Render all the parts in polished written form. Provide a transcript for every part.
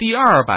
第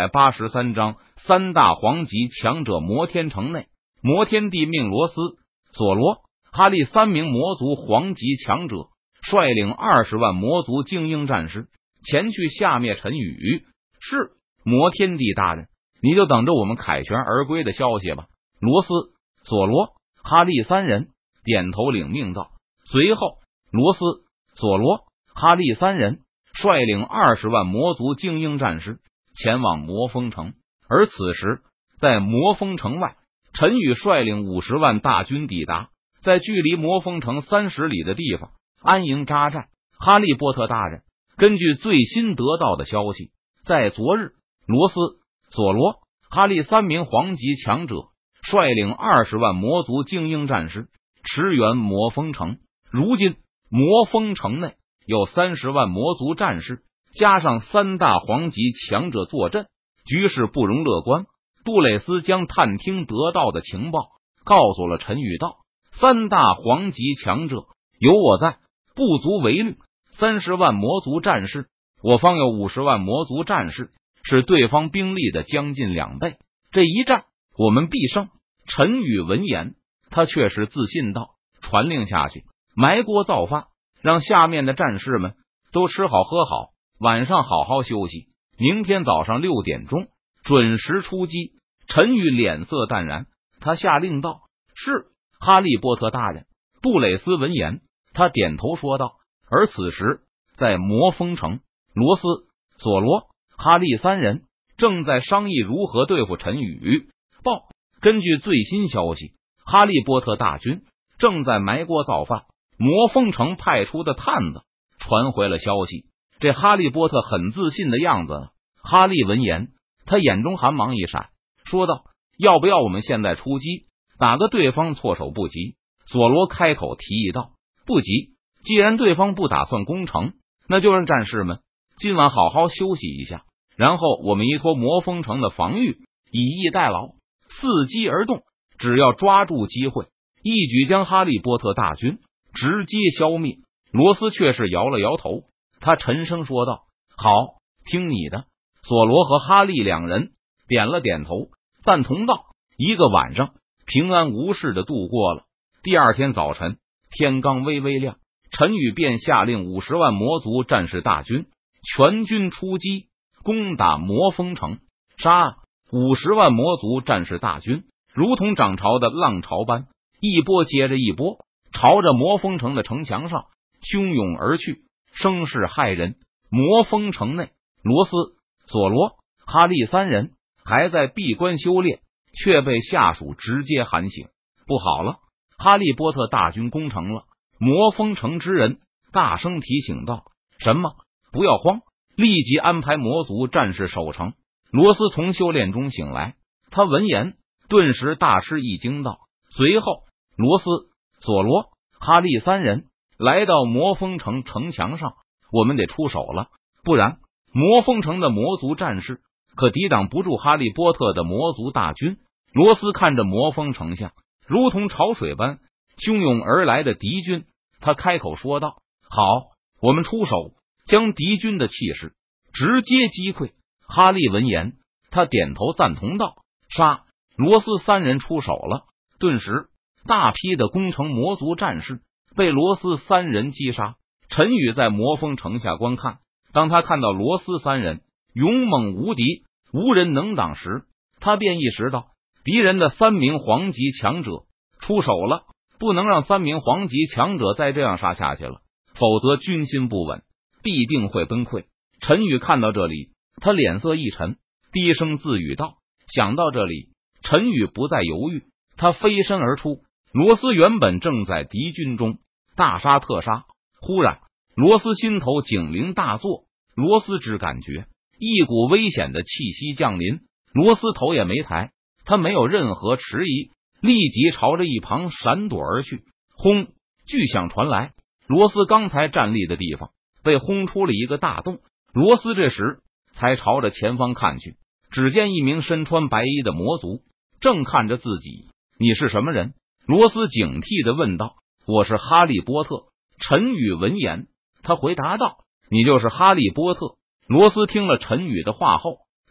283章三大皇级强者摩天城内，摩天帝命罗斯、索罗、哈利3名魔族皇级强者率领20万魔族精英战士前去下灭陈宇。是，摩天帝大人，你就等着我们凯旋而归的消息吧。罗斯、索罗、哈利3人点头领命道。随后，罗斯、索罗、哈利3人率领20万魔族精英战士前往魔封城。而此时，在魔封城外，陈宇率领50万大军抵达，在距离魔封城30里的地方安营扎寨。哈利波特大人，根据最新得到的消息，在昨日，罗斯、索罗、哈利3名皇级强者率领20万魔族精英战士驰援魔封城。如今魔封城内有30万魔族战士，加上3大皇级强者坐镇，局势不容乐观。杜蕾斯将探听得到的情报告诉了陈宇道：3大皇级强者有我在，不足为虑。30万魔族战士，我方有50万魔族战士，是对方兵力的将近2倍。这一战我们必胜。陈宇闻言，他却是自信道：传令下去，埋锅造饭，让下面的战士们都吃好喝好，晚上好好休息，明天早上6点钟准时出击。陈宇脸色淡然，他下令道：是，哈利波特大人。杜蕾斯闻言，他点头说道。而此时，在魔封城，罗斯、索罗、哈利3人正在商议如何对付陈宇。根据最新消息，哈利波特大军正在埋锅造饭。魔封城派出的探子传回了消息，这哈利波特很自信的样子。哈利闻言，他眼中寒芒一闪，说道：要不要我们现在出击，打个对方措手不及？索罗开口提议道：不急，既然对方不打算攻城，那就让战士们今晚好好休息一下，然后我们依托魔封城的防御，以逸待劳，伺机而动，只要抓住机会，一举将哈利波特大军直接消灭。罗斯却是摇了摇头，他沉声说道：好，听你的。索罗和哈利2人点了点头，赞同道。一个晚上平安无事的度过了。第二天早晨，天刚微微亮，陈宇便下令50万魔族战士大军全军出击，攻打魔封城。杀！50万魔族战士大军如同涨潮的浪潮般，一波接着一波，朝着魔封城的城墙上汹涌而去，声势骇人。魔封城内，罗斯、索罗、哈利3人还在闭关修炼，却被下属直接喊醒。不好了，哈利波特大军攻城了！魔封城之人大声提醒道：什么？不要慌，立即安排魔族战士守城。罗斯从修炼中醒来，他闻言顿时大吃一惊道。随后，罗斯、索罗、哈利3人来到魔封城城墙上。我们得出手了，不然魔封城的魔族战士可抵挡不住哈利波特的魔族大军。罗斯看着魔封城下如同潮水般汹涌而来的敌军，他开口说道：好，我们出手，将敌军的气势直接击溃。哈利闻言，他点头赞同道：杀！罗斯3人出手了，顿时大批的攻城魔族战士被罗斯3人击杀。陈宇在魔封城下观看，当他看到罗斯3人勇猛无敌，无人能挡时，他便意识到敌人的3名皇级强者出手了，不能让3名皇级强者再这样杀下去了，否则军心不稳，必定会崩溃。陈宇看到这里，他脸色一沉，低声自语道：想到这里，陈宇不再犹豫，他飞身而出。罗斯原本正在敌军中大杀特杀，忽然罗斯心头警铃大作，罗斯只感觉一股危险的气息降临。罗斯头也没抬，他没有任何迟疑，立即朝着一旁闪躲而去。轰！巨响传来，罗斯刚才站立的地方被轰出了一个大洞。罗斯这时才朝着前方看去，只见一名身穿白衣的魔族正看着自己。你是什么人？罗斯警惕地问道。我是哈利波特。陈宇闻言，他回答道：你就是哈利波特。罗斯听了陈宇的话后，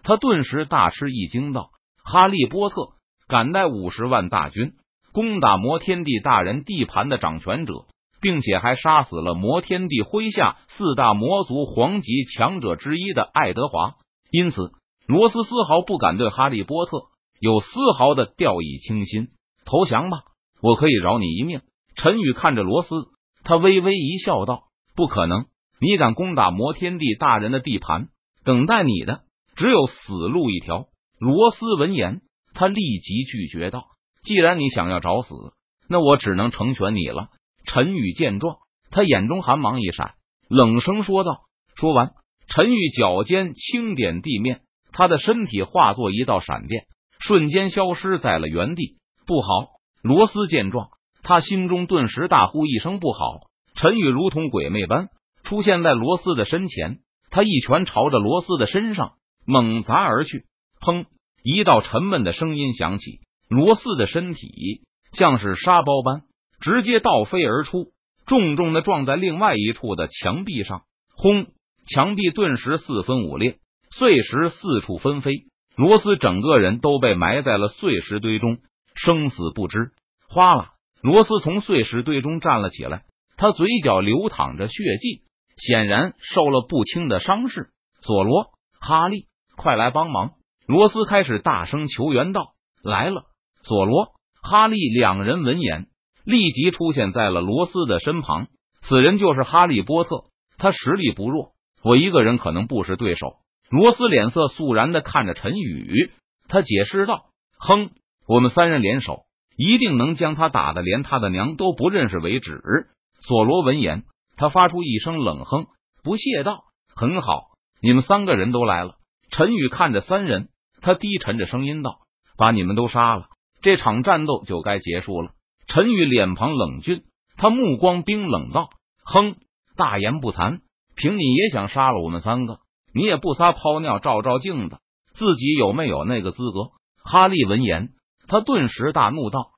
他顿时大吃一惊，道：“哈利波特敢带50万大军攻打摩天帝大人地盘的掌权者，并且还杀死了摩天帝麾下4大魔族皇级强者之一的爱德华。因此，罗斯丝毫不敢对哈利波特有丝毫的掉以轻心。投降吧，我可以饶你一命。”陈宇看着罗斯，他微微一笑道：“不可能，你敢攻打摩天帝大人的地盘，等待你的只有死路一条。”罗斯闻言，他立即拒绝道：“既然你想要找死，那我只能成全你了。”陈宇见状，他眼中寒芒一闪，冷声说道。说完，陈宇脚尖轻点地面，他的身体化作一道闪电，瞬间消失在了原地。不好！罗斯见状，他心中顿时大呼一声不好。陈宇如同鬼魅般出现在罗斯的身前，他一拳朝着罗斯的身上猛砸而去。砰！一道沉闷的声音响起，罗斯的身体像是沙包般直接倒飞而出，重重的撞在另外一处的墙壁上。轰！墙壁顿时4分5裂，碎石四处纷飞，罗斯整个人都被埋在了碎石堆中，生死不知。哗啦！罗斯从碎石堆中站了起来，他嘴角流淌着血迹，显然受了不轻的伤势。索罗、哈利，快来帮忙！罗斯开始大声求援道：“来了！”索罗、哈利两人闻言，立即出现在了罗斯的身旁。此人就是哈利波特，他实力不弱，我一个人可能不是对手。罗斯脸色肃然的看着陈宇，他解释道：“哼，我们3人联手，一定能将他打得连他的娘都不认识为止。”索罗闻言，他发出一声冷哼，不屑道：“很好，你们3个人都来了。”陈宇看着3人，他低沉着声音道：“把你们都杀了，这场战斗就该结束了。”陈宇脸庞冷峻，他目光冰冷道：“哼，大言不惭，凭你也想杀了我们3个？你也不撒泡尿照照镜子，自己有没有那个资格？”哈利闻言，他顿时大怒道：“